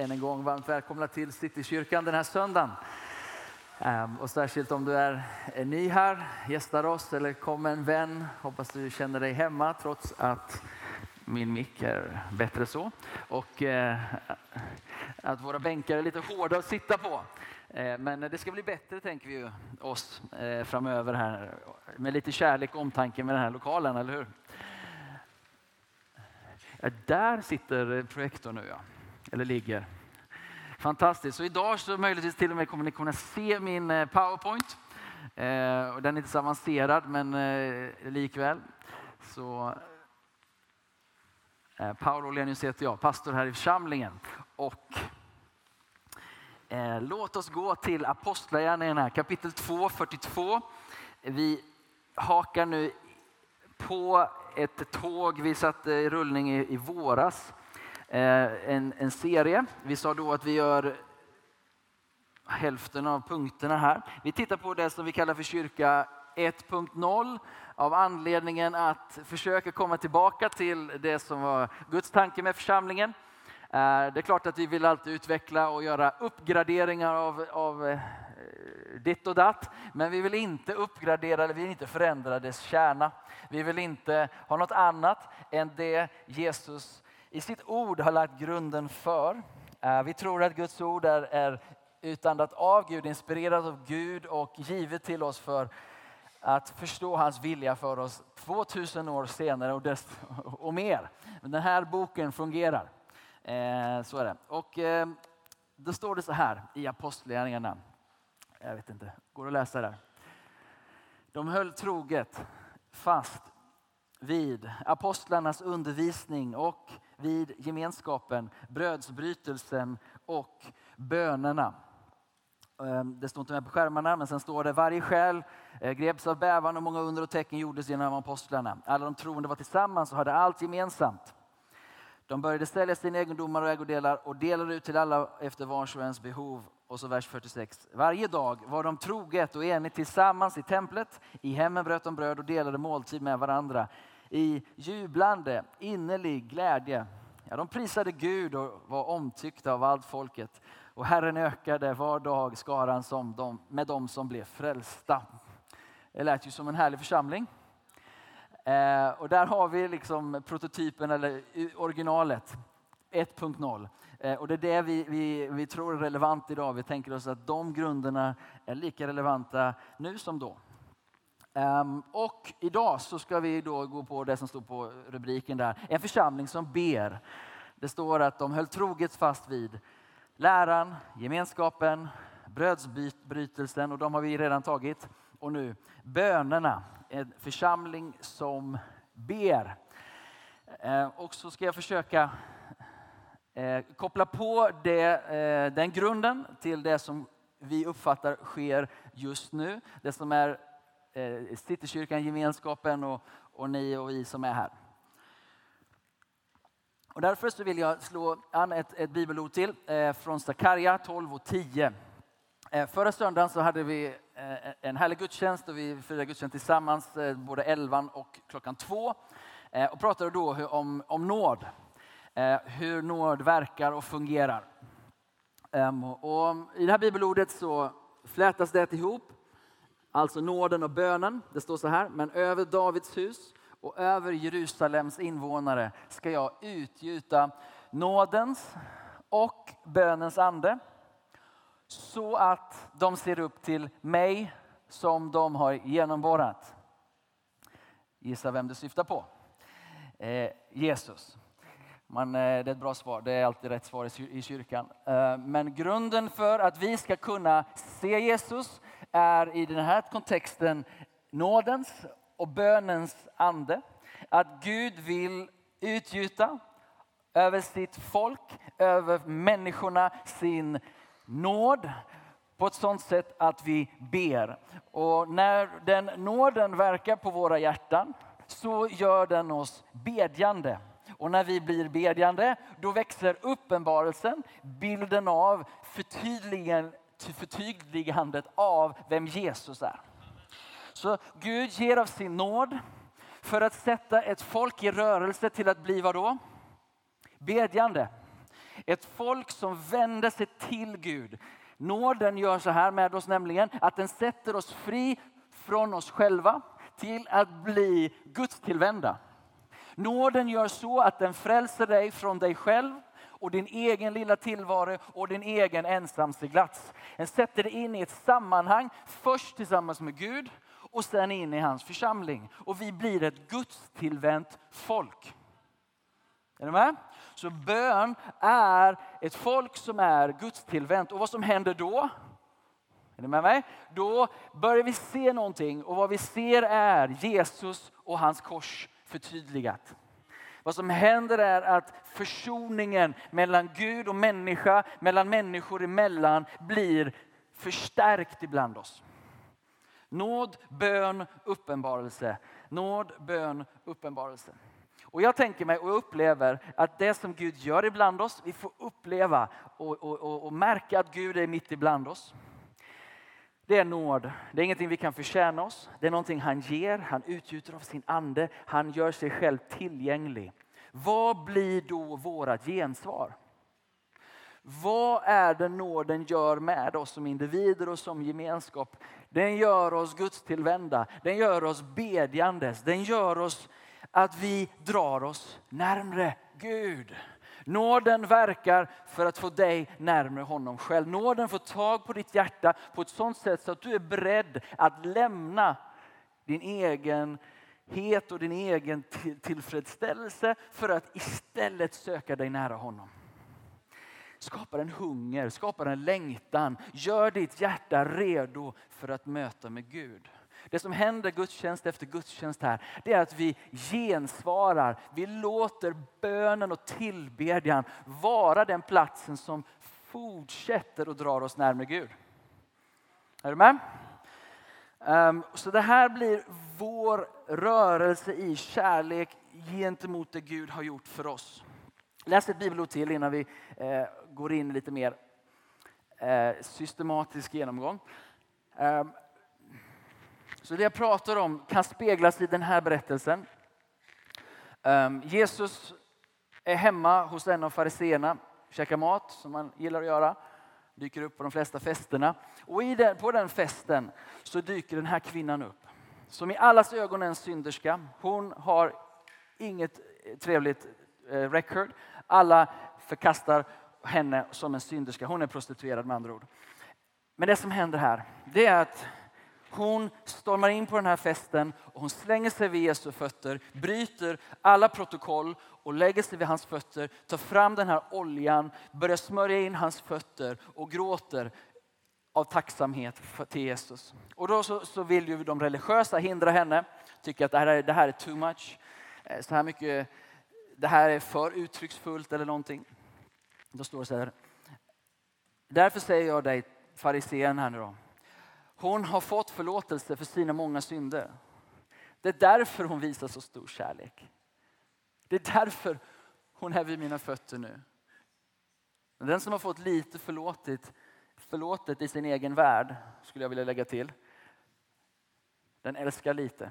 än en gång varmt välkomna till Citykyrkan den här söndagen. Och särskilt om du är ny här, gästar oss eller kommer en vän. Hoppas du känner dig hemma trots att min mick är bättre så. Och att våra bänkar är lite hårda att sitta på. Men det ska bli bättre tänker vi ju oss framöver här. Med lite kärlek och omtanke med den här lokalen, eller hur? Ja, där sitter projektorn nu, ja. Eller ligger. Fantastiskt. Så idag så möjligtvis till och med kommer ni kunna se min PowerPoint. Och den är inte så avancerad, men likväl. Så Paolo Lenius heter jag, pastor här i församlingen. Och låt oss gå till Apostlagärningarna, kapitel 2, 42. Vi hakar nu på ett tåg vi satte i rullning i våras. En serie. Vi sa då att vi gör hälften av punkterna här. Vi tittar på det som vi kallar för kyrka 1.0 av anledningen att försöka komma tillbaka till det som var Guds tanke med församlingen. Det är klart att vi vill alltid utveckla och göra uppgraderingar av ditt och datt. Men vi vill inte uppgradera eller vi vill inte förändra dess kärna. Vi vill inte ha något annat än det Jesus i sitt ord har lagt grunden för. Vi tror att Guds ord är utandat av Gud, inspirerat av Gud och givet till oss för att förstå hans vilja för oss 2000 år senare och mer. Men den här boken fungerar. Så är det. Och då står det så här i Apostlagärningarna. Jag vet inte, går att läsa där. De höll troget fast vid apostlarnas undervisning och vid gemenskapen, brödsbrytelsen och bönerna. Det står inte med på skärmarna, men sen står det: varje själ greps av bävan och många under och tecken gjordes genom apostlarna. Alla de troende var tillsammans och hade allt gemensamt. De började sälja sina egendomar och ägodelar och delade ut till alla efter vars och ens behov. Och så vers 46. Varje dag var de troget och enigt tillsammans i templet. I hemmen bröt de bröd och delade måltid med varandra. I jublande, innerlig glädje. Ja, de prisade Gud och var omtyckta av allt folket. Och Herren ökade var dag skaran med dem som blev frälsta. Det lät ju som en härlig församling. Och där har vi liksom prototypen eller originalet 1.0. Och det är det vi tror är relevant idag. Vi tänker oss att de grunderna är lika relevanta nu som då. Och idag så ska vi då gå på det som står på rubriken där. En församling som ber. Det står att de höll troget fast vid läran, gemenskapen, brödsbrytelsen, och de har vi redan tagit. Och nu bönerna. En församling som ber. Och så ska jag försöka koppla på den grunden till det som vi uppfattar sker just nu. Det som är Citykyrkan, gemenskapen och ni och vi som är här. Och därför så vill jag slå an ett bibelord till från Sakarja 12:10. Förra söndagen så hade vi en härlig gudstjänst och vi firade gudstjänst tillsammans både 11 och klockan 2. Och pratade då om nåd. Hur nåd verkar och fungerar. Och i det här bibelordet så flätas det ihop. Alltså nåden och bönen. Det står så här: men över Davids hus och över Jerusalems invånare ska jag utgjuta nådens och bönens ande. Så att de ser upp till mig som de har genomborrat. Gissa vem det syftar på? Jesus. Det är ett bra svar. Det är alltid rätt svar i kyrkan. Men grunden för att vi ska kunna se Jesus är i den här kontexten nådens och bönens ande. Att Gud vill utgjuta över sitt folk, över människorna sin nåd på ett sådant sätt att vi ber. Och när den nåden verkar på våra hjärtan så gör den oss bedjande. Och när vi blir bedjande, då växer uppenbarelsen, bilden av förtydligandet av vem Jesus är. Så Gud ger av sin nåd för att sätta ett folk i rörelse till att bli vad då? Bedjande. Ett folk som vänder sig till Gud. Nåden gör så här med oss nämligen, att den sätter oss fri från oss själva till att bli Guds tillvända. Nåden gör så att den frälser dig från dig själv och din egen lilla tillvaro och din egen ensamseglats. Den sätter dig in i ett sammanhang, först tillsammans med Gud och sen in i hans församling. Och vi blir ett Guds tillvänt folk. Är ni med? Så bön är ett folk som är Guds tillvänt. Och vad som händer då? Är ni med mig? Då börjar vi se någonting. Och vad vi ser är Jesus och hans kors förtydligat. Vad som händer är att försoningen mellan Gud och människa, mellan människor emellan, blir förstärkt ibland oss. Nåd, bön, uppenbarelse. Nåd, bön, uppenbarelse. Och jag tänker mig och upplever att det som Gud gör ibland oss, vi får uppleva och märka att Gud är mitt ibland oss. Det är nåd. Det är ingenting vi kan förtjäna oss. Det är någonting han ger. Han utgjuter av sin ande. Han gör sig själv tillgänglig. Vad blir då vårat gensvar? Vad är det nåden gör med oss som individer och som gemenskap? Den gör oss Guds tillvända. Den gör oss bedjandes. Den gör oss att vi drar oss närmre Gud. Nåden verkar för att få dig närmare honom själv. Nåden får tag på ditt hjärta på ett sådant sätt så att du är beredd att lämna din egenhet och din egen tillfredsställelse för att istället söka dig nära honom. Skapar en hunger, skapar en längtan. Gör ditt hjärta redo för att möta med Gud. Det som händer gudstjänst efter gudstjänst här, det är att vi gensvarar. Vi låter bönen och tillbedjan vara den platsen som fortsätter och drar oss närmare Gud. Är du med? Så det här blir vår rörelse i kärlek gentemot det Gud har gjort för oss. Läs ett bibelord till innan vi går in lite mer systematisk genomgång. Så det jag pratar om kan speglas i den här berättelsen. Jesus är hemma hos en av fariseerna, käkar mat som man gillar att göra. Dyker upp på de flesta festerna. Och på den festen så dyker den här kvinnan upp. Som i allas ögon är en synderska. Hon har inget trevligt record. Alla förkastar henne som en synderska. Hon är prostituerad med andra ord. Men det som händer här, det är att hon stormar in på den här festen och hon slänger sig vid Jesu fötter, bryter alla protokoll och lägger sig vid hans fötter, tar fram den här oljan, börjar smörja in hans fötter och gråter av tacksamhet till Jesus. Och då så vill ju de religiösa hindra henne, tycker att det här är too much, så här mycket, det här är för uttrycksfullt eller någonting. Då står det så här: därför säger jag dig, farisén här nu då. Hon har fått förlåtelse för sina många synder. Det är därför hon visar så stor kärlek. Det är därför hon är vid mina fötter nu. Den som har fått lite förlåtet i sin egen värld, skulle jag vilja lägga till, den älskar lite.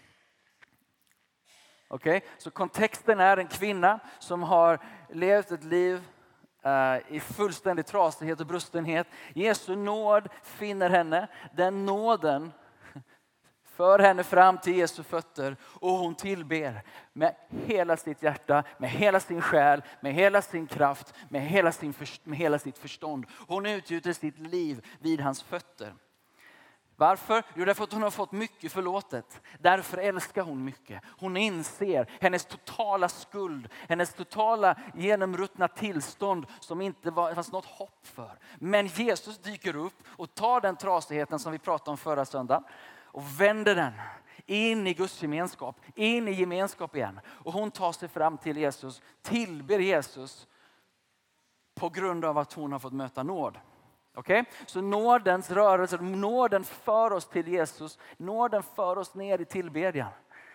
Okej? Så kontexten är en kvinna som har levt ett liv i fullständig trasighet och brustenhet. Jesu nåd finner henne. Den nåden för henne fram till Jesu fötter och hon tillber med hela sitt hjärta, med hela sin själ, med hela sin kraft, med hela sitt förstånd. Hon utgjuter sitt liv vid hans fötter. Varför? Jo, därför att hon har fått mycket förlåtet. Därför älskar hon mycket. Hon inser hennes totala skuld, hennes totala genomruttna tillstånd som inte fanns något hopp för. Men Jesus dyker upp och tar den trasigheten som vi pratade om förra söndagen och vänder den in i Guds gemenskap, in i gemenskap igen. Och hon tar sig fram till Jesus, tillber Jesus på grund av att hon har fått möta nåd. Okay? Så nådens rörelse, nåden för oss till Jesus, nåden för oss ner i tillbedjan.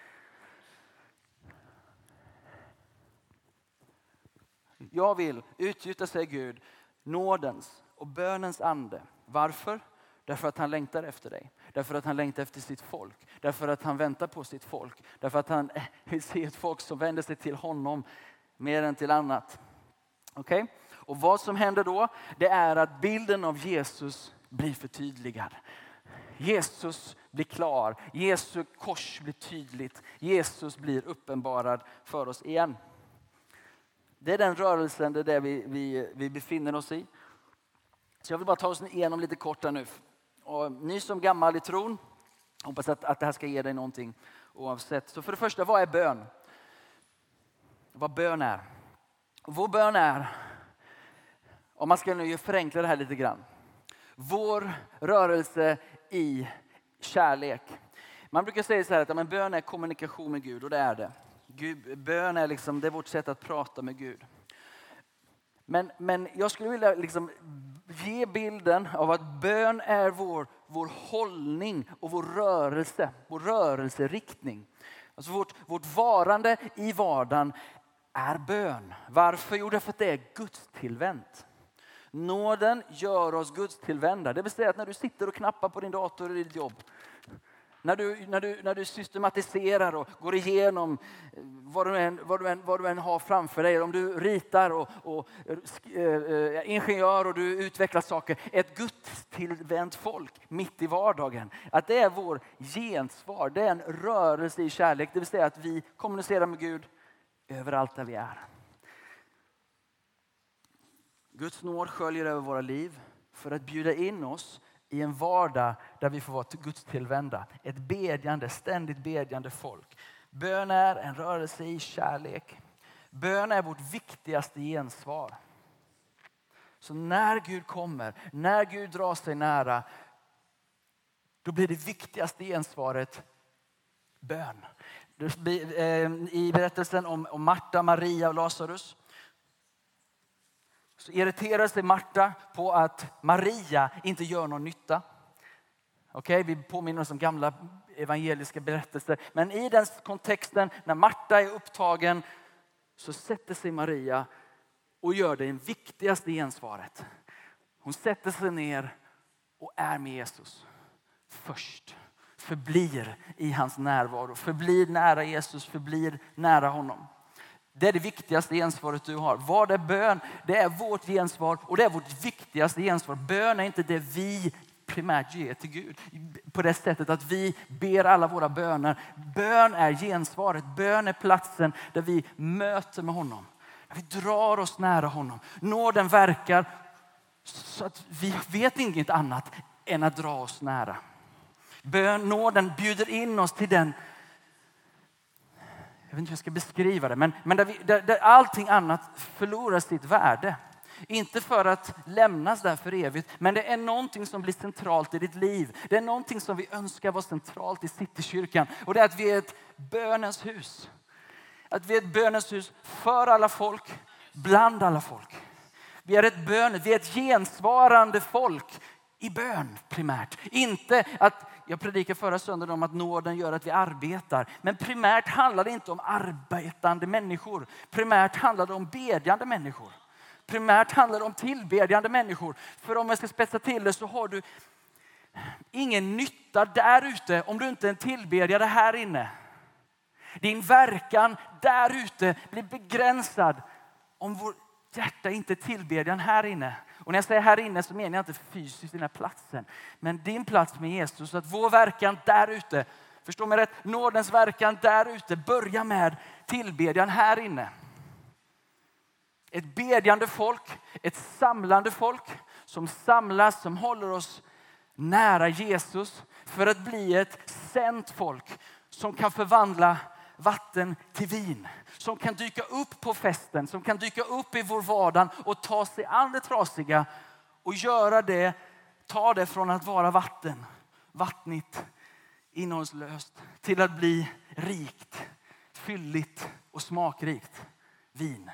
Jag vill utgjuta sig Gud, nådens och bönens ande. Varför? Därför att han längtar efter dig. Därför att han längtar efter sitt folk. Därför att han väntar på sitt folk. Därför att han vill se ett folk som vänder sig till honom mer än till annat. Okej? Och vad som händer då, det är att bilden av Jesus blir förtydligad. Jesus blir klar, Jesu kors blir tydligt, Jesus blir uppenbarad för oss igen. Det är den rörelsen, det är det vi befinner oss i. Så jag vill bara ta oss igenom lite kort här nu. Och ni som gammal i tron, hoppas att det här ska ge dig någonting oavsett. Så för det första, vad är bön? Vad bön är? Vår bön är, om man ska nu förenkla det här lite grann, vår rörelse i kärlek. Man brukar säga så här att bön är kommunikation med Gud, och det är det. Bön är liksom, det är vårt sätt att prata med Gud. Men jag skulle vilja liksom ge bilden av att bön är vår hållning och vår rörelseriktning. Alltså vårt varande i vardagen är bön. Varför? Jo, därför att det är gudstillvänt. Nåden gör oss gudstillvända. Det vill säga att när du sitter och knappar på din dator i ditt jobb, när du systematiserar och går igenom vad du än har framför dig. Om du ritar och ingenjör och du utvecklar saker. Ett gudstillvänt folk mitt i vardagen. Att det är vår gensvar. Det är en rörelse i kärlek. Det vill säga att vi kommunicerar med Gud överallt där vi är. Guds nåd sköljer över våra liv för att bjuda in oss i en vardag där vi får vara Guds tillvända. Ett bedjande, ständigt bedjande folk. Bön är en rörelse i kärlek. Bön är vårt viktigaste gensvar. Så när Gud kommer, när Gud drar sig nära, då blir det viktigaste gensvaret bön. I berättelsen om Marta, Maria och Lazarus, så irriterar sig Marta på att Maria inte gör någon nytta. Okej, vi påminner oss om gamla evangeliska berättelser. Men i den kontexten, när Marta är upptagen, så sätter sig Maria och gör det viktigaste gensvaret. Hon sätter sig ner och är med Jesus först. Förblir i hans närvaro. Förblir nära Jesus, förblir nära honom. Det är det viktigaste gensvaret du har. Vad är bön? Det är vårt gensvar och det är vårt viktigaste gensvar. Bön är inte det vi primärt ger till Gud. På det sättet att vi ber alla våra böner. Bön är gensvaret. Bön är platsen där vi möter med honom. Där vi drar oss nära honom. Nåden verkar så att vi vet inget annat än att dra oss nära. Nåden bjuder in oss till den. Jag vet inte hur jag ska beskriva det. Men där allting annat förlorar sitt värde. Inte för att lämnas där för evigt. Men det är någonting som blir centralt i ditt liv. Det är någonting som vi önskar vara centralt i Citykyrkan. Och det är att vi är ett bönens hus. Att vi är ett bönens hus för alla folk. Bland alla folk. Vi är ett gensvarande folk i bön primärt. Inte att, jag predikade förra söndagen om att nåden gör att vi arbetar. Men primärt handlar det inte om arbetande människor. Primärt handlar det om bedjande människor. Primärt handlar det om tillbedjande människor. För om jag ska spetsa till det så har du ingen nytta där ute om du inte är en tillbedjare här inne. Din verkan där ute blir begränsad om vår hjärta inte är tillbedjan här inne. Och när jag säger här inne så menar jag inte fysiskt den här platsen. Men din plats med Jesus. Så att vår verkan där ute, förstår mig rätt, nådens verkan där ute börjar med tillbedjan här inne. Ett bedjande folk, ett samlande folk som samlas, som håller oss nära Jesus. För att bli ett sänt folk som kan förvandla vatten till vin. Som kan dyka upp på festen, som kan dyka upp i vår vardag och ta sig an det trasiga. Och göra det, ta det från att vara vattnigt, innehållslöst, till att bli rikt, fylligt och smakrikt vin.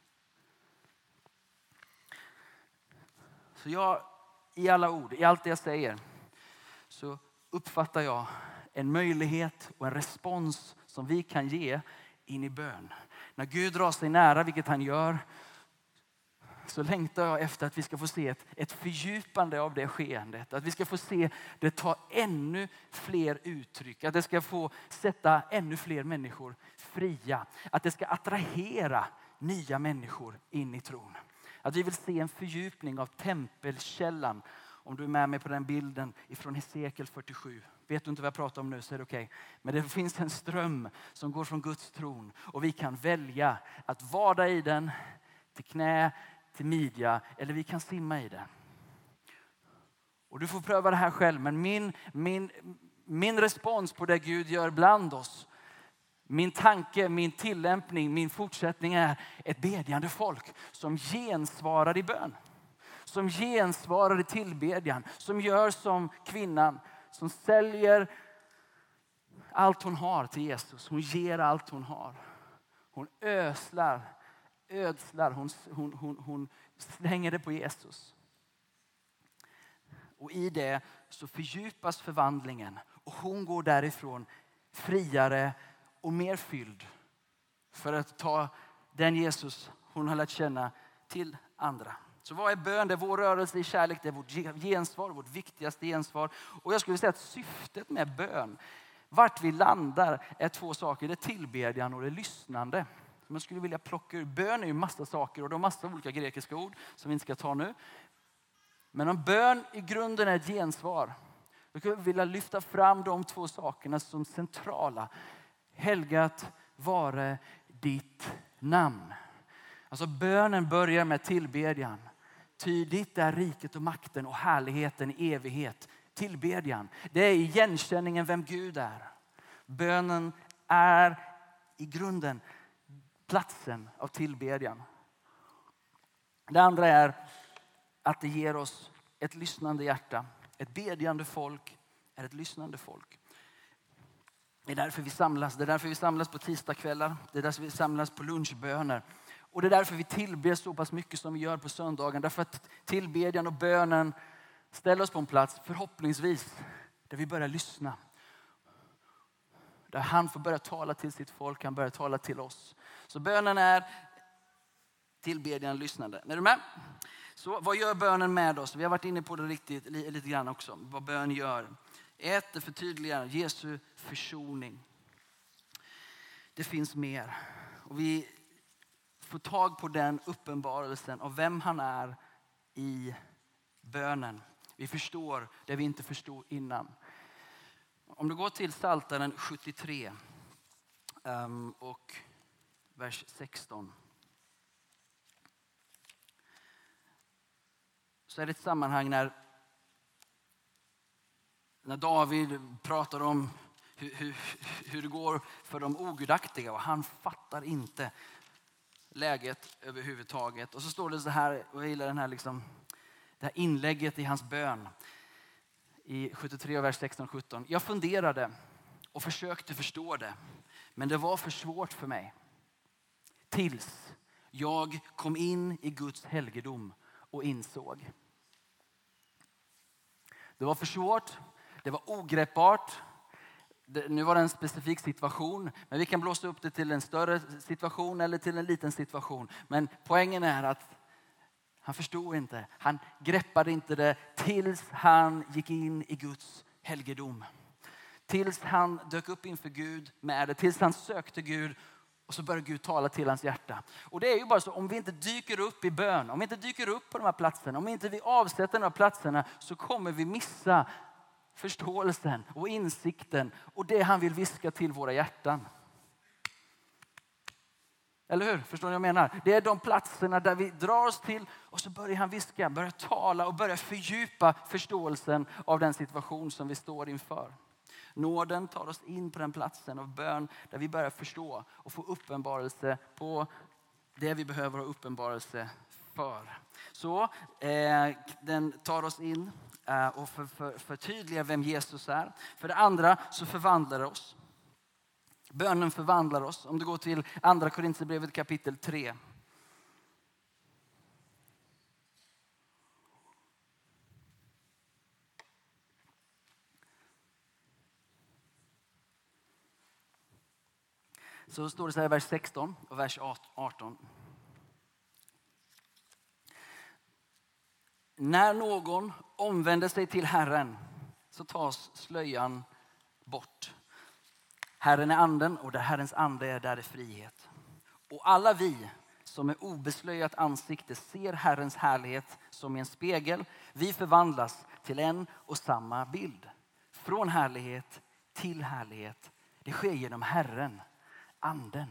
Så jag, i alla ord, i allt det jag säger, så uppfattar jag en möjlighet och en respons som vi kan ge in i bön. När Gud drar sig nära, vilket han gör, så längtar jag efter att vi ska få se ett fördjupande av det skeendet. Att vi ska få se det ta ännu fler uttryck. Att det ska få sätta ännu fler människor fria. Att det ska attrahera nya människor in i tron. Att vi vill se en fördjupning av tempelkällan. Om du är med mig på den bilden ifrån Hesekiel 47. Vet du inte vad jag pratar om nu så är det okej. Men det finns en ström som går från Guds tron. Och vi kan välja att vada i den till knä, till midja. Eller vi kan simma i den. Och du får pröva det här själv. Men min respons på det Gud gör bland oss. Min tanke, min tillämpning, min fortsättning är ett bedjande folk som gensvarar i bön. Som gensvarar i tillbedjan. Som gör som kvinnan som säljer allt hon har till Jesus. Hon ger allt hon har. Hon ödslar, hon slänger det på Jesus. Och i det så fördjupas förvandlingen. Och hon går därifrån friare och mer fylld. För att ta den Jesus hon har lärt känna till andra. Så vad är bön? Det är vår rörelse i kärlek. Det är vårt gensvar, vårt viktigaste gensvar. Och jag skulle säga att syftet med bön, vart vi landar, är två saker. Det är tillbedjan och det är lyssnande. Man skulle vilja plocka ur. Bön är ju massa saker och det är massa olika grekiska ord som vi inte ska ta nu. Men om bön i grunden är ett gensvar, då skulle jag vilja lyfta fram de två sakerna som centrala. Helgat vare ditt namn. Alltså bönen börjar med tillbedjan. Ty ditt är riket och makten och härligheten i evighet. Tillbedjan. Det är igenkänningen vem Gud är. Bönen är i grunden platsen av tillbedjan. Det andra är att det ger oss ett lyssnande hjärta. Ett bedjande folk är ett lyssnande folk. Det är därför vi samlas. Det är därför vi samlas på tisdagskvällar. Det är därför vi samlas på lunchböner. Och det är därför vi tillber så pass mycket som vi gör på söndagen. Därför att tillbedjan och bönen ställer oss på en plats, förhoppningsvis, där vi börjar lyssna. Där han får börja tala till sitt folk, han börjar tala till oss. Så bönen är tillbedjan, lyssnande. Är du med? Så vad gör bönen med oss? Vi har varit inne på det lite grann också. Vad bön gör. Ett, det förtydligar Jesu försoning. Det finns mer. Och vi får tag på den uppenbarelsen av vem han är i bönen. Vi förstår det vi inte förstod innan. Om du går till Psaltaren 73 och vers 16. Så är det ett sammanhang när David pratar om hur det går för de ogudaktiga. Och han fattar inte läget överhuvudtaget. Och så står det så här, och jag gillar det här inlägget i hans bön. I 73 vers 16-17. Jag funderade och försökte förstå det. Men det var för svårt för mig. Tills jag kom in i Guds helgedom och insåg. Det var för svårt. Det var ogreppbart. Nu var det en specifik situation. Men vi kan blåsa upp det till en större situation eller till en liten situation. Men poängen är att han förstod inte. Han greppade inte det tills han gick in i Guds helgedom. Tills han dök upp inför Gud med det. Tills han sökte Gud. Och så börjar Gud tala till hans hjärta. Och det är ju bara så, om vi inte dyker upp i bön. Om vi inte dyker upp på de här platserna. Om inte vi avsätter de här platserna. Så kommer vi missa förståelsen och insikten. Och det han vill viska till våra hjärtan. Eller hur? Förstår ni vad jag menar? Det är de platserna där vi drar oss till. Och så börjar han viska, börjar tala och börjar fördjupa förståelsen av den situation som vi står inför. Nåden tar oss in på den platsen av bön där vi börjar förstå och få uppenbarelse på det vi behöver ha uppenbarelse för. Så den tar oss in och förtydligar vem Jesus är. För det andra så förvandlar det oss. Bönen förvandlar oss. Om du går till andra Korinthierbrevet kapitel 3. Så står det så här i vers 16 och vers 18. När någon omvänder sig till Herren så tas slöjan bort. Herren är anden och där Herrens ande är, där är frihet. Och alla vi som med obeslöjat ansikte ser Herrens härlighet som i en spegel. Vi förvandlas till en och samma bild. Från härlighet till härlighet. Det sker genom Herren, anden.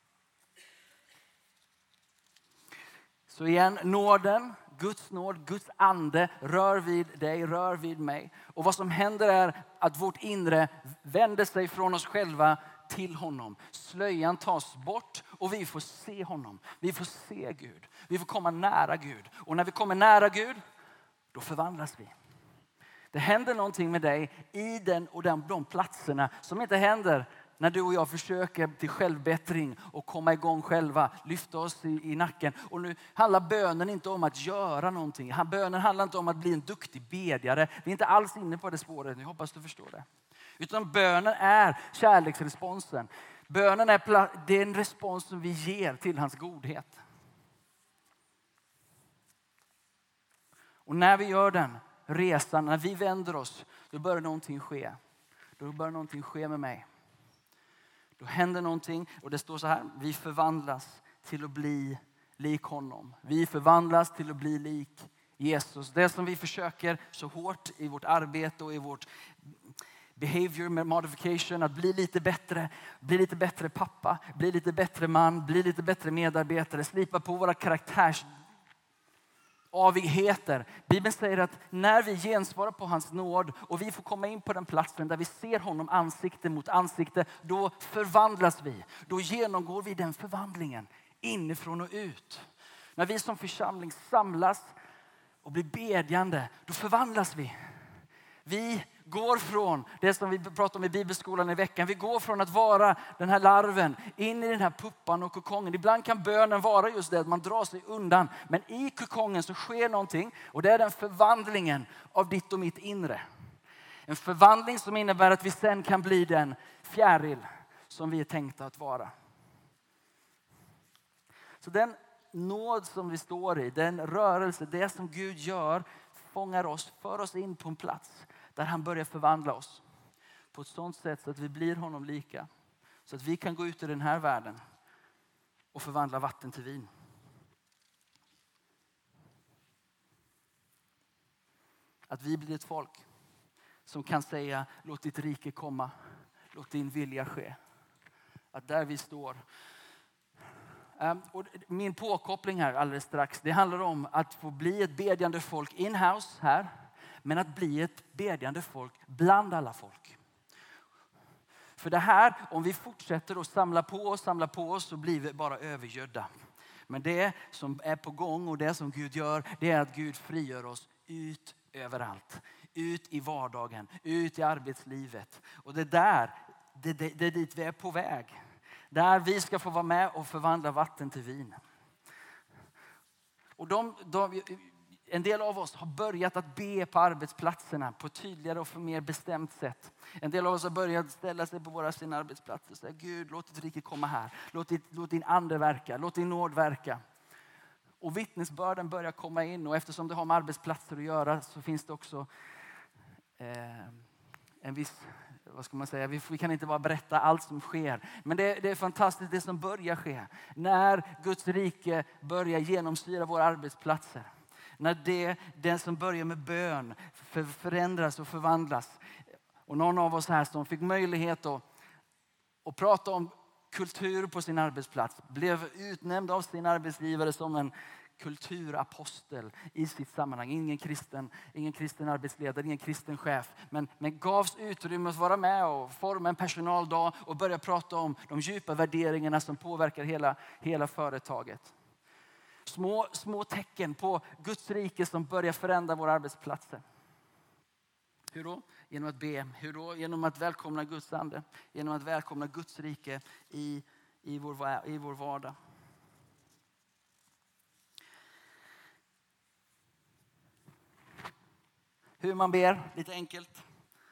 Så igen, nåden, Guds nåd, Guds ande rör vid dig, rör vid mig. Och vad som händer är att vårt inre vänder sig från oss själva till honom. Slöjan tas bort och vi får se honom. Vi får se Gud. Vi får komma nära Gud. Och när vi kommer nära Gud, då förvandlas vi. Det händer någonting med dig i de platserna som inte händer när du och jag försöker till självbättring och komma igång själva, lyfta oss i nacken. Och nu handlar bönen inte om att göra någonting. Bönen handlar inte om att bli en duktig bedjare. Vi är inte alls inne på det spåret, jag hoppas du förstår det. Utan bönen är kärleksresponsen. Bönen är en respons som vi ger till hans godhet. Och när vi gör den resan, när vi vänder oss, då börjar någonting ske. Då börjar någonting ske med mig. Då händer någonting och det står så här: vi förvandlas till att bli lik honom. Vi förvandlas till att bli lik Jesus. Det som vi försöker så hårt i vårt arbete och i vårt behavior modification, att bli lite bättre pappa, bli lite bättre man, bli lite bättre medarbetare, slipa på våra karaktärsavigheter. Bibeln säger att när vi gensvarar på hans nåd och vi får komma in på den platsen där vi ser honom ansikte mot ansikte, då förvandlas vi. Då genomgår vi den förvandlingen inifrån och ut. När vi som församling samlas och blir bedjande, då förvandlas vi. Vi går från det som vi pratade om i bibelskolan i veckan. Vi går från att vara den här larven in i den här puppan och kokongen. Ibland kan bönen vara just det, att man drar sig undan. Men i kokongen så sker någonting, och det är den förvandlingen av ditt och mitt inre. En förvandling som innebär att vi sen kan bli den fjäril som vi är tänkta att vara. Så den nåd som vi står i, den rörelse, det som Gud gör, fångar oss, för oss in på en plats där han börjar förvandla oss på ett sådant sätt så att vi blir honom lika. Så att vi kan gå ut i den här världen och förvandla vatten till vin. Att vi blir ett folk som kan säga: låt ditt rike komma, låt din vilja ske. Att där vi står. Och min påkoppling här alldeles strax, det handlar om att få bli ett bedjande folk in-house här. Men att bli ett bedjande folk bland alla folk. För det här, om vi fortsätter att samla på oss så blir vi bara övergödda. Men det som är på gång och det som Gud gör, det är att Gud frigör oss ut överallt. Ut i vardagen, ut i arbetslivet. Och det är dit vi är på väg. Där vi ska få vara med och förvandla vatten till vin. Och en del av oss har börjat att be på arbetsplatserna på ett tydligare och för mer bestämt sätt. En del av oss har börjat ställa sig på sina arbetsplatser och säga: Gud, låt ditt rike komma här. Låt din ande verka, låt din nåd verka. Och vittnesbörden börjar komma in, och eftersom det har med arbetsplatser att göra så finns det också en viss, vad ska man säga, vi kan inte bara berätta allt som sker. Men det är fantastiskt det som börjar ske. När Guds rike börjar genomsyra våra arbetsplatser. När den som börjar med bön förändras och förvandlas. Och någon av oss här som fick möjlighet att prata om kultur på sin arbetsplats blev utnämnd av sin arbetsgivare som en kulturapostel i sitt sammanhang. Ingen kristen arbetsledare, ingen kristen chef. Men gavs utrymme att vara med och forma en personaldag och börja prata om de djupa värderingarna som påverkar hela företaget. Små tecken på Guds rike som börjar förändra våra arbetsplatser. Hur då? Genom att be. Hur då? Genom att välkomna Guds ande. Genom att välkomna Guds rike i vår vardag. Hur man ber, lite enkelt.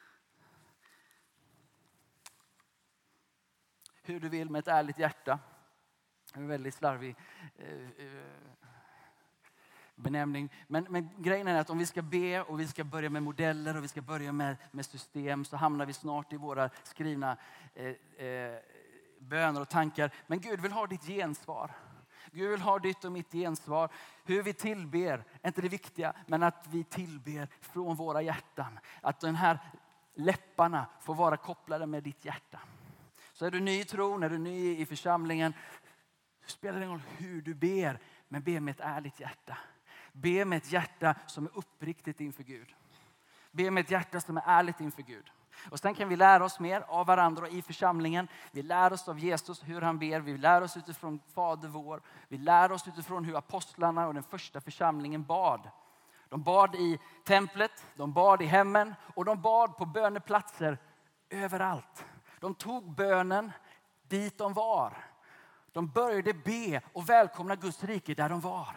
Hur du vill med ett ärligt hjärta. En väldigt slarvig benämning. Men grejen är att om vi ska be och vi ska börja med modeller och vi ska börja med system, så hamnar vi snart i våra skrivna böner och tankar. Men Gud vill ha ditt gensvar. Gud vill ha ditt och mitt gensvar. Hur vi tillber är inte det viktiga, men att vi tillber från våra hjärtan. Att den här läpparna får vara kopplade med ditt hjärta. Så är du ny i tron, är du ny i församlingen, spelar det ingen roll hur du ber, men be med ett ärligt hjärta. Be med ett hjärta som är uppriktigt inför Gud. Be med ett hjärta som är ärligt inför Gud. Och sen kan vi lära oss mer av varandra i församlingen. Vi lär oss av Jesus hur han ber. Vi lär oss utifrån Fader vår. Vi lär oss utifrån hur apostlarna och den första församlingen bad. De bad i templet, de bad i hemmen och de bad på böneplatser överallt. De tog bönen dit de var. De började be och välkomna Guds rike där de var.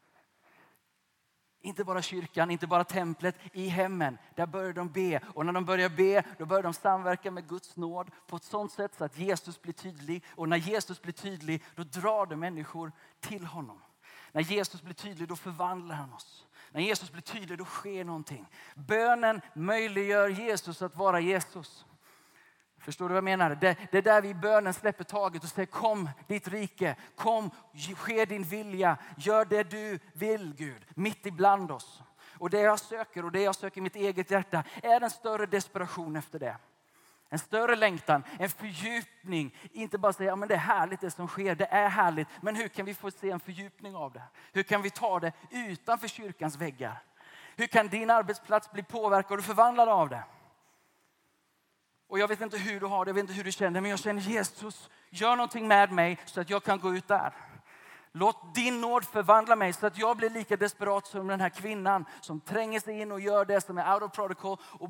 Inte bara kyrkan, inte bara templet, i hemmen. Där började de be. Och när de börjar be, då börjar de samverka med Guds nåd på ett sådant sätt så att Jesus blir tydlig. Och när Jesus blir tydlig, då drar det människor till honom. När Jesus blir tydlig, då förvandlar han oss. När Jesus blir tydlig, då sker någonting. Bönen möjliggör Jesus att vara Jesus. Förstår du vad jag menar? Det är där vi i bönen släpper taget och säger kom ditt rike. Kom, ske din vilja. Gör det du vill, Gud. Mitt ibland oss. Och det jag söker och det jag söker i mitt eget hjärta är en större desperation efter det. En större längtan, en fördjupning. Inte bara säga men det är härligt det som sker, det är härligt. Men hur kan vi få se en fördjupning av det? Hur kan vi ta det utanför kyrkans väggar? Hur kan din arbetsplats bli påverkad och förvandlad av det? Och jag vet inte hur du har det, jag vet inte hur du känner. Men jag känner Jesus, gör någonting med mig så att jag kan gå ut där. Låt din nåd förvandla mig så att jag blir lika desperat som den här kvinnan. Som tränger sig in och gör det som är out of protocol. Och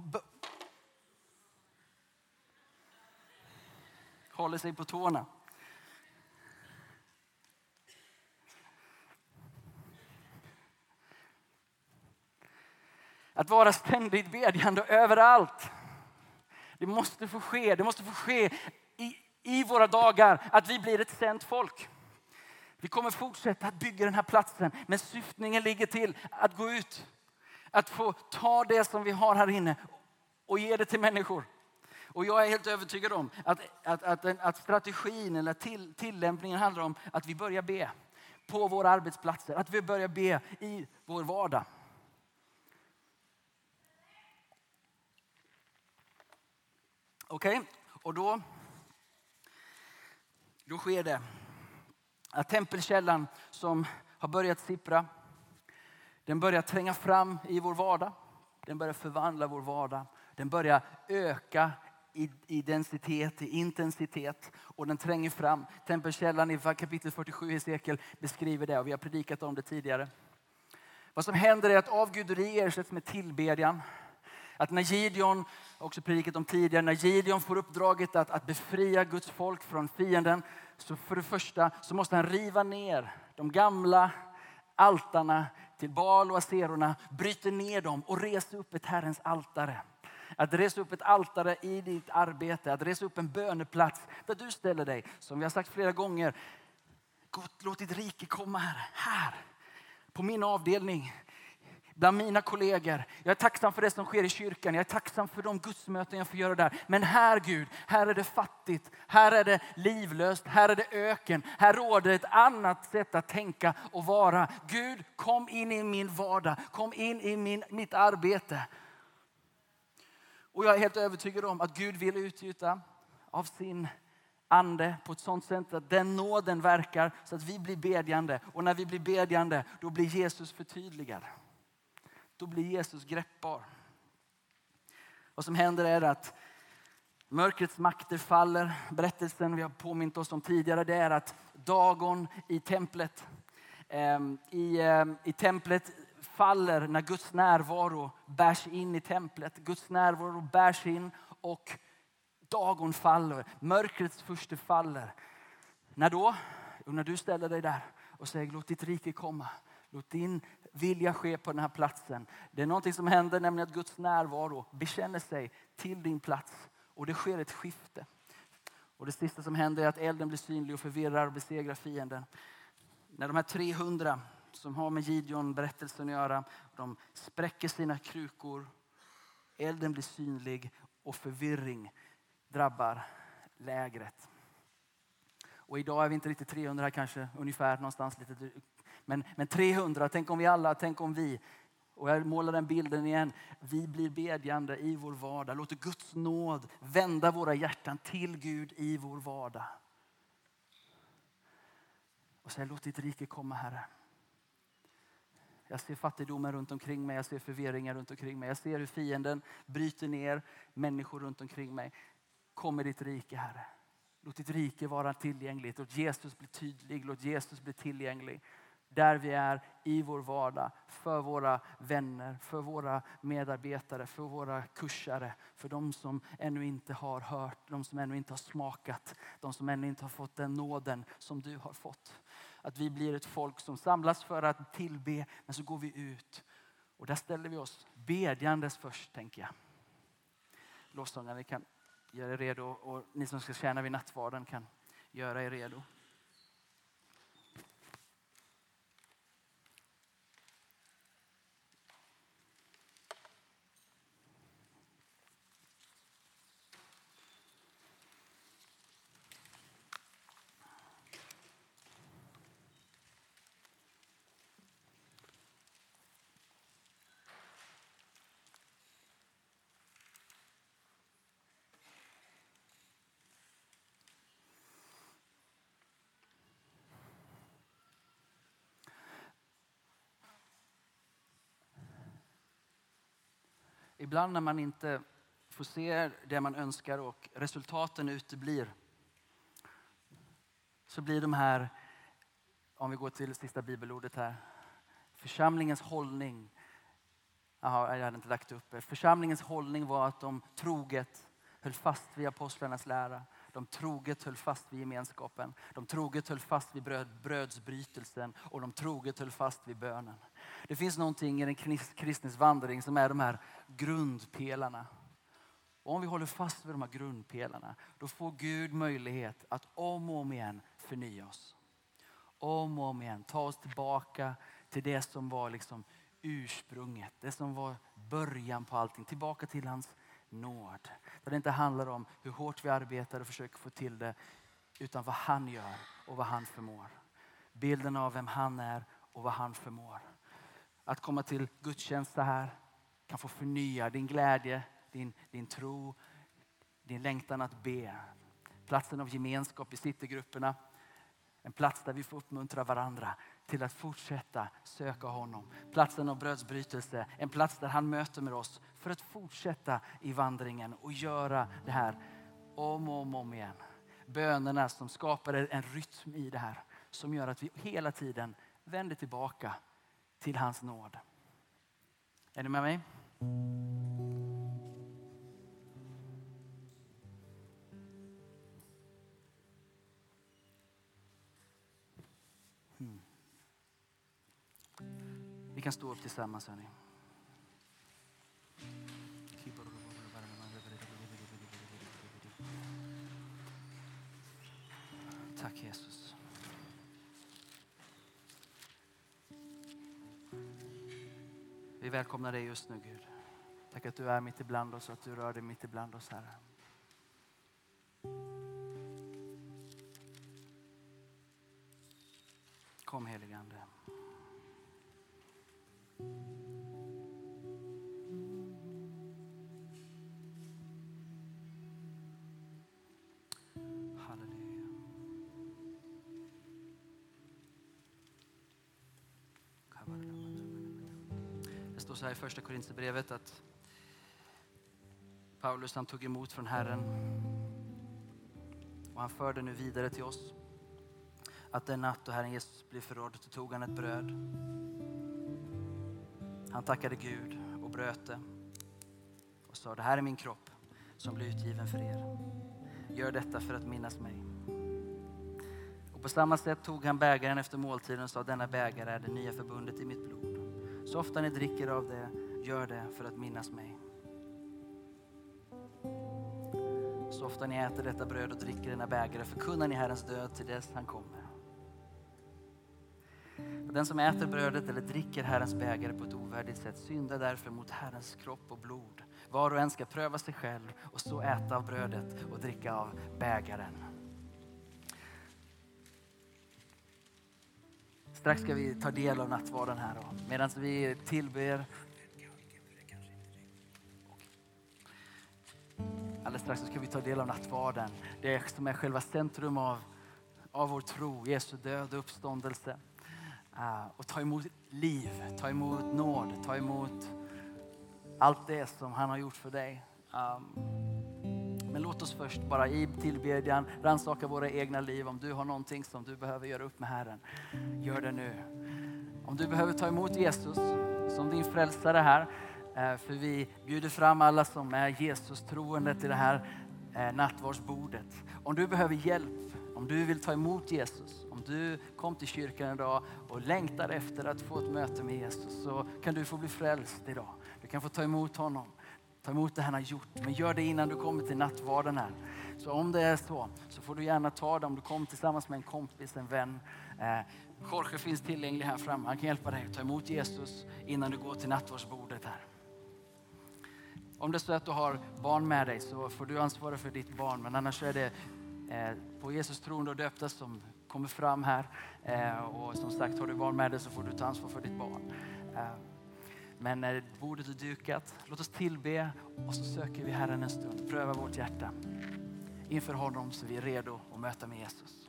håller sig på tårna. Att vara ständigt bedjande överallt. Det måste få ske. Det måste få ske i våra dagar att vi blir ett sänt folk. Vi kommer fortsätta att bygga den här platsen. Men syftningen ligger till att gå ut. Att få ta det som vi har här inne och ge det till människor. Och jag är helt övertygad om att strategin eller tillämpningen handlar om att vi börjar be på våra arbetsplatser. Att vi börjar be i vår vardag. Okej, och då sker det att tempelkällan som har börjat sippra, den börjar tränga fram i vår vardag. Den börjar förvandla vår vardag. Den börjar öka i densitet, i intensitet. Och den tränger fram. Tempelkällan i kapitel 47 i Hesekiel beskriver det och vi har predikat om det tidigare. Vad som händer är att avguderi ersätts med tillbedjan. Att när Gideon, också predikat om tidigare, när Gideon får uppdraget att befria Guds folk från fienden. Så för det första så måste han riva ner de gamla altarna till Baal och Aserorna. Bryter ner dem och reser upp ett Herrens altare. Att resa upp ett altare i ditt arbete. Att resa upp en böneplats där du ställer dig. Som vi har sagt flera gånger. Låt ditt rike komma här. På min avdelning. Bland mina kollegor. Jag är tacksam för det som sker i kyrkan. Jag är tacksam för de gudsmöten jag får göra där. Men här Gud, här är det fattigt. Här är det livlöst. Här är det öken. Här råder ett annat sätt att tänka och vara. Gud, kom in i min vardag. Kom in i mitt arbete. Och jag är helt övertygad om att Gud vill utgjuta av sin ande på ett sånt sätt att den nåden verkar så att vi blir bedjande. Och när vi blir bedjande, då blir Jesus förtydligad. Då blir Jesus greppbar. Vad som händer är att mörkrets makter faller. Berättelsen vi har påmint oss om tidigare, det är att Dagon i templet faller när Guds närvaro bärs in i templet. Guds närvaro bärs in och Dagon faller. Mörkrets furste faller. När då? Och när du ställer dig där och säger låt ditt rike komma. Låt din vilja ske på den här platsen. Det är någonting som händer, nämligen att Guds närvaro bekänner sig till din plats. Och det sker ett skifte. Och det sista som händer är att elden blir synlig och förvirrar och besegrar fienden. När de här 300 som har med Gideon berättelsen att göra, de spräcker sina krukor. Elden blir synlig och förvirring drabbar lägret. Och idag är vi inte riktigt 300 här kanske, ungefär någonstans lite. Men 300, tänk om vi alla, tänk om vi. Och jag målar den bilden igen. Vi blir bedjande i vår vardag. Låter Guds nåd vända våra hjärtan till Gud i vår vardag. Och säg, låt ditt rike komma, Herre. Jag ser fattigdomen runt omkring mig. Jag ser förvirringen runt omkring mig. Jag ser hur fienden bryter ner människor runt omkring mig. Kom med ditt rike, Herre. Låt ditt rike vara tillgängligt. Låt Jesus bli tydlig. Låt Jesus bli tillgänglig. Där vi är i vår vardag. För våra vänner. För våra medarbetare. För våra kursare. För de som ännu inte har hört. De som ännu inte har smakat. De som ännu inte har fått den nåden som du har fått. Att vi blir ett folk som samlas för att tillbe. Men så går vi ut. Och där ställer vi oss bedjandes först, tänker jag. Lovsångarna, ni kan göra er redo. Och ni som ska tjäna vid nattvarden kan göra er redo. Ibland när man inte får se det man önskar och resultaten uteblir, så blir de här, om vi går till det sista bibelordet här, församlingens hållning. Jag hade inte lagt upp det. Församlingens hållning var att de troget höll fast vid apostlarnas lära. De troget höll fast vid gemenskapen. De troget höll fast vid brödsbrytelsen. Och de troget höll fast vid bönen. Det finns någonting i den kristnes vandring som är de här grundpelarna. Och om vi håller fast vid de här grundpelarna, då får Gud möjlighet att om och om igen förnya oss. Om och om igen ta oss tillbaka till det som var liksom ursprunget. Det som var början på allting. Tillbaka till hans nåd. Där det inte handlar om hur hårt vi arbetar och försöker få till det, utan vad han gör och vad han förmår. Bilden av vem han är och vad han förmår. Att komma till gudstjänst så här kan få förnya din glädje, din tro, din längtan att be. Platsen av gemenskap i citygrupperna. En plats där vi får uppmuntra varandra till att fortsätta söka honom. Platsen av brödsbrytelse. En plats där han möter med oss för att fortsätta i vandringen och göra det här om och om igen. Bönerna som skapar en rytm i det här. Som gör att vi hela tiden vänder tillbaka till hans nåd. Är ni med mig? Vi kan stå upp tillsammans, hörni. Tack Jesus. Vi välkomnar dig just nu, Gud. Tack att du är mitt ibland oss och att du rör dig mitt ibland oss, Herre. Kom, helige Ande. Halleluja. Det står så här i första Korinthierbrevet att Paulus, han tog emot från Herren och han förde nu vidare till oss att den natt då Herren Jesus blev förrådd så tog han ett bröd. Han tackade Gud och bröt det och sa: det här är min kropp som blir utgiven för er. Gör detta för att minnas mig. Och på samma sätt tog han bägaren efter måltiden och sa: denna bägare är det nya förbundet i mitt blod. Så ofta ni dricker av det, gör det för att minnas mig. Så ofta ni äter detta bröd och dricker denna bägare förkunnar ni Herrens död till dess han kommer. Och den som äter brödet eller dricker Herrens bägare på ett ovärdigt sätt syndar därför mot Herrens kropp och blod. Var och en ska pröva sig själv och så äta av brödet och dricka av bägaren. Strax ska vi ta del av nattvarden här. Medan vi tillber. Alldeles strax ska vi ta del av nattvarden. Det som är själva centrum av vår tro. Jesu död och uppståndelse. Och ta emot liv, ta emot nåd, ta emot allt det som han har gjort för dig. Men låt oss först bara i tillbedjan rannsaka våra egna liv. Om du har någonting som du behöver göra upp med Herren, gör det nu. Om du behöver ta emot Jesus som din frälsare här, för vi bjuder fram alla som är Jesus troende till det här nattvardsbordet. Om du behöver hjälp, om du vill ta emot Jesus, om du kom till kyrkan idag och längtar efter att få ett möte med Jesus, så kan du få bli frälst idag. Du kan få ta emot honom, ta emot det han har gjort. Men gör det innan du kommer till nattvarden här. Så om det är så får du gärna ta det om du kommer tillsammans med en kompis, en vän. Jorge finns tillgänglig här framme. Han kan hjälpa dig att ta emot Jesus innan du går till nattvardsbordet här. Om det är så att du har barn med dig så får du ansvara för ditt barn. Men annars är det på Jesus troende och döpta som kommer fram här. Och som sagt, har du barn med dig så får du ta ansvar för ditt barn. Men när bordet är dukat, låt oss tillbe och så söker vi Herren en stund. Pröva vårt hjärta inför honom så vi är redo att möta med Jesus.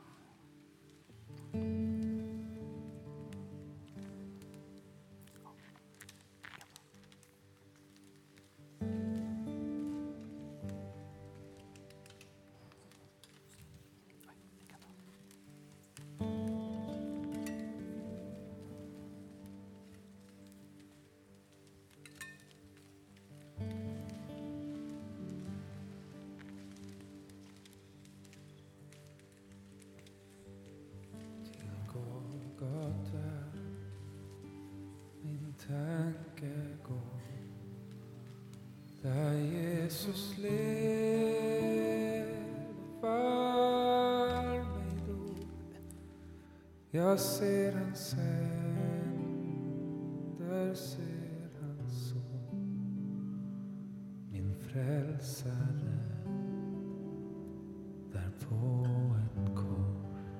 Där Jesus led för mig dog. Jag ser hans händer, ser hans son, min frälsare, där på ett kors.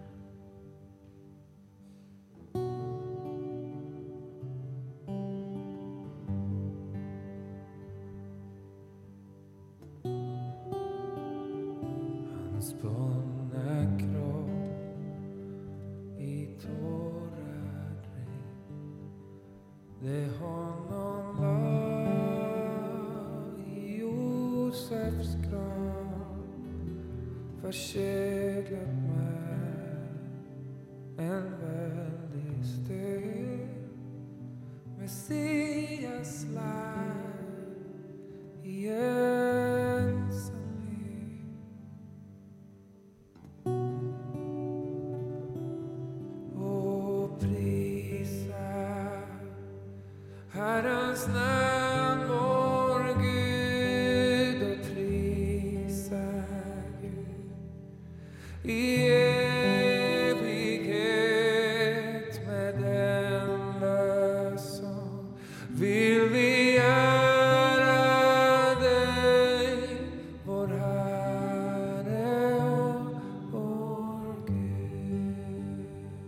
Spånna kropp i tårad regn, det honom la i Josefs grav, förseglat med en väldig sten. Messias lär i ensamhet. Herrens namn, vår Gud, och prisa Gud i evighet med den lösång. Vill vi ära dig, vår Herre och vår Gud.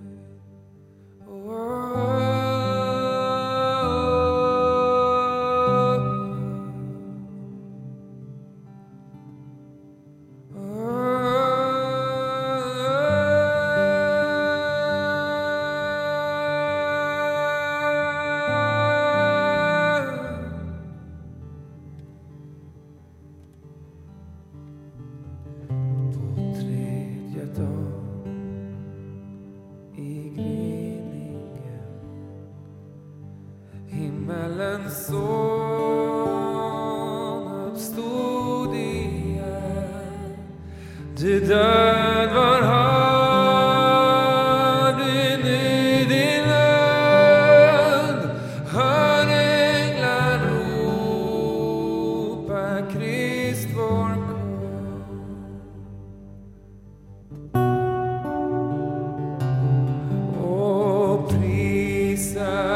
Himmelens son uppstod igen. Du död, var har du nu din lön? Hör änglar ropa, Krist vår kung. Och prisa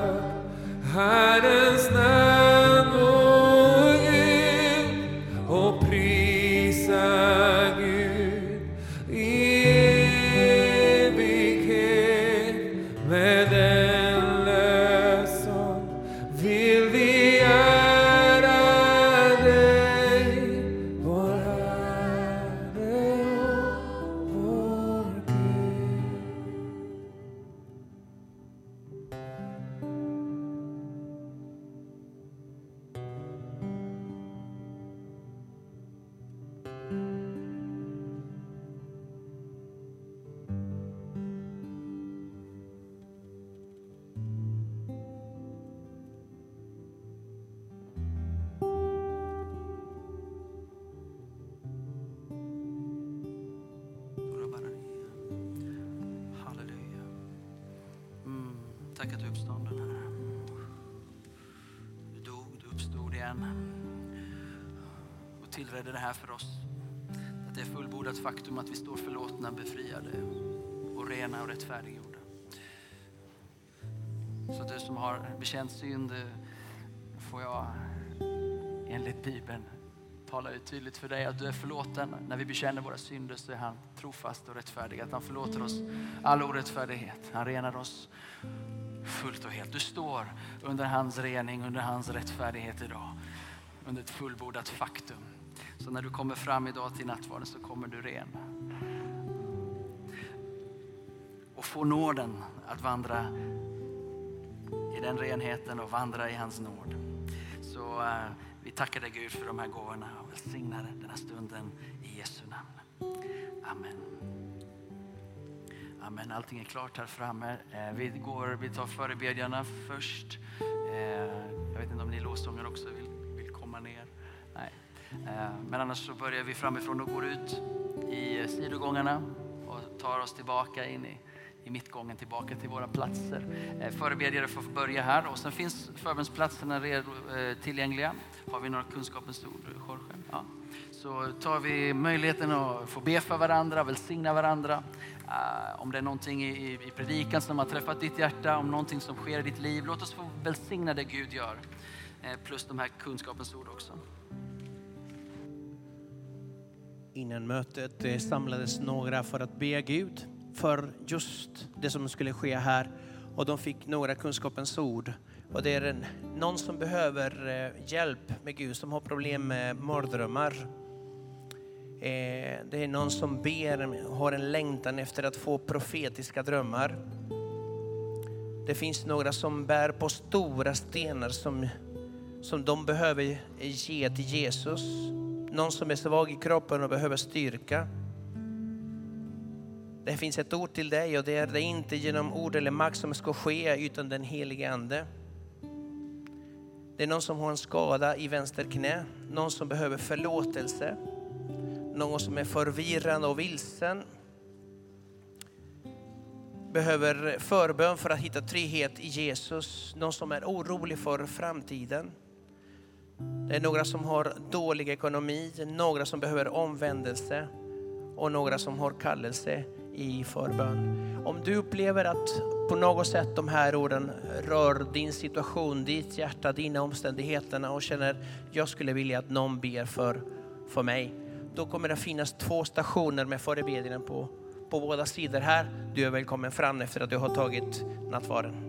Herrens namn, vår Gud, och prisa Gud i evighet vill vi ära dig, vår Herre och vår Gud. Halleluja. Tack att du är uppstånden, Herre. Du dog, du uppstod igen och tillredde det här för oss. Att det är fullbordat faktum att vi står förlåtna, befriade och rena och rättfärdiggjorda. Så du som har bekänt synd, får jag enligt Bibeln tala ut tydligt för dig att du är förlåten. När vi bekänner våra synder så är han trofast och rättfärdig. Att han förlåter oss all orättfärdighet. Han renar oss fullt och helt. Du står under hans rening, under hans rättfärdighet idag. Under ett fullbordat faktum. Så när du kommer fram idag till nattvarden så kommer du ren. Och få nåden att vandra i den renheten och vandra i hans nåd. Så vi tackar dig Gud för de här gåvorna och välsignar den här stunden i Jesu namn. Amen. Amen. Allting är klart här framme. Vi tar förebedjarna först. Jag vet inte om ni lovsångare också vill komma ner. Nej. Men annars så börjar vi framifrån och går ut i sidogångarna och tar oss tillbaka in i mittgången tillbaka till våra platser. Förebedjare får börja här och sen finns förbönsplatserna tillgängliga. Har vi några kunskapens ord, Jorge? Ja. Så tar vi möjligheten att få be för varandra, välsigna varandra. Om det är någonting i predikan som har träffat ditt hjärta, om någonting som sker i ditt liv, låt oss få välsigna det Gud gör. Plus de här kunskapens ord också. Innan mötet samlades några för att be Gud för just det som skulle ske här. Och de fick några kunskapens ord. Och det är någon som behöver hjälp med Gud, som har problem med mardrömmar. Det är någon som har en längtan efter att få profetiska drömmar. Det finns några som bär på stora stenar som de behöver ge till Jesus. Någon som är svag i kroppen och behöver styrka. Det finns ett ord till dig och det är det inte genom ord eller makt som ska ske utan den helige ande. Det är någon som har en skada i vänster knä. Någon som behöver förlåtelse. Någon som är förvirrad och vilsen. Behöver förbön för att hitta trygghet i Jesus. Någon som är orolig för framtiden. Det är några som har dålig ekonomi. Några som behöver omvändelse. Och några som har kallelse i förbön. Om du upplever att på något sätt de här orden rör din situation, ditt hjärta, dina omständigheterna och känner jag skulle vilja att någon ber för mig. Då kommer det finnas 2 stationer med förebedjan på båda sidor här. Du är välkommen fram efter att du har tagit nattvarden.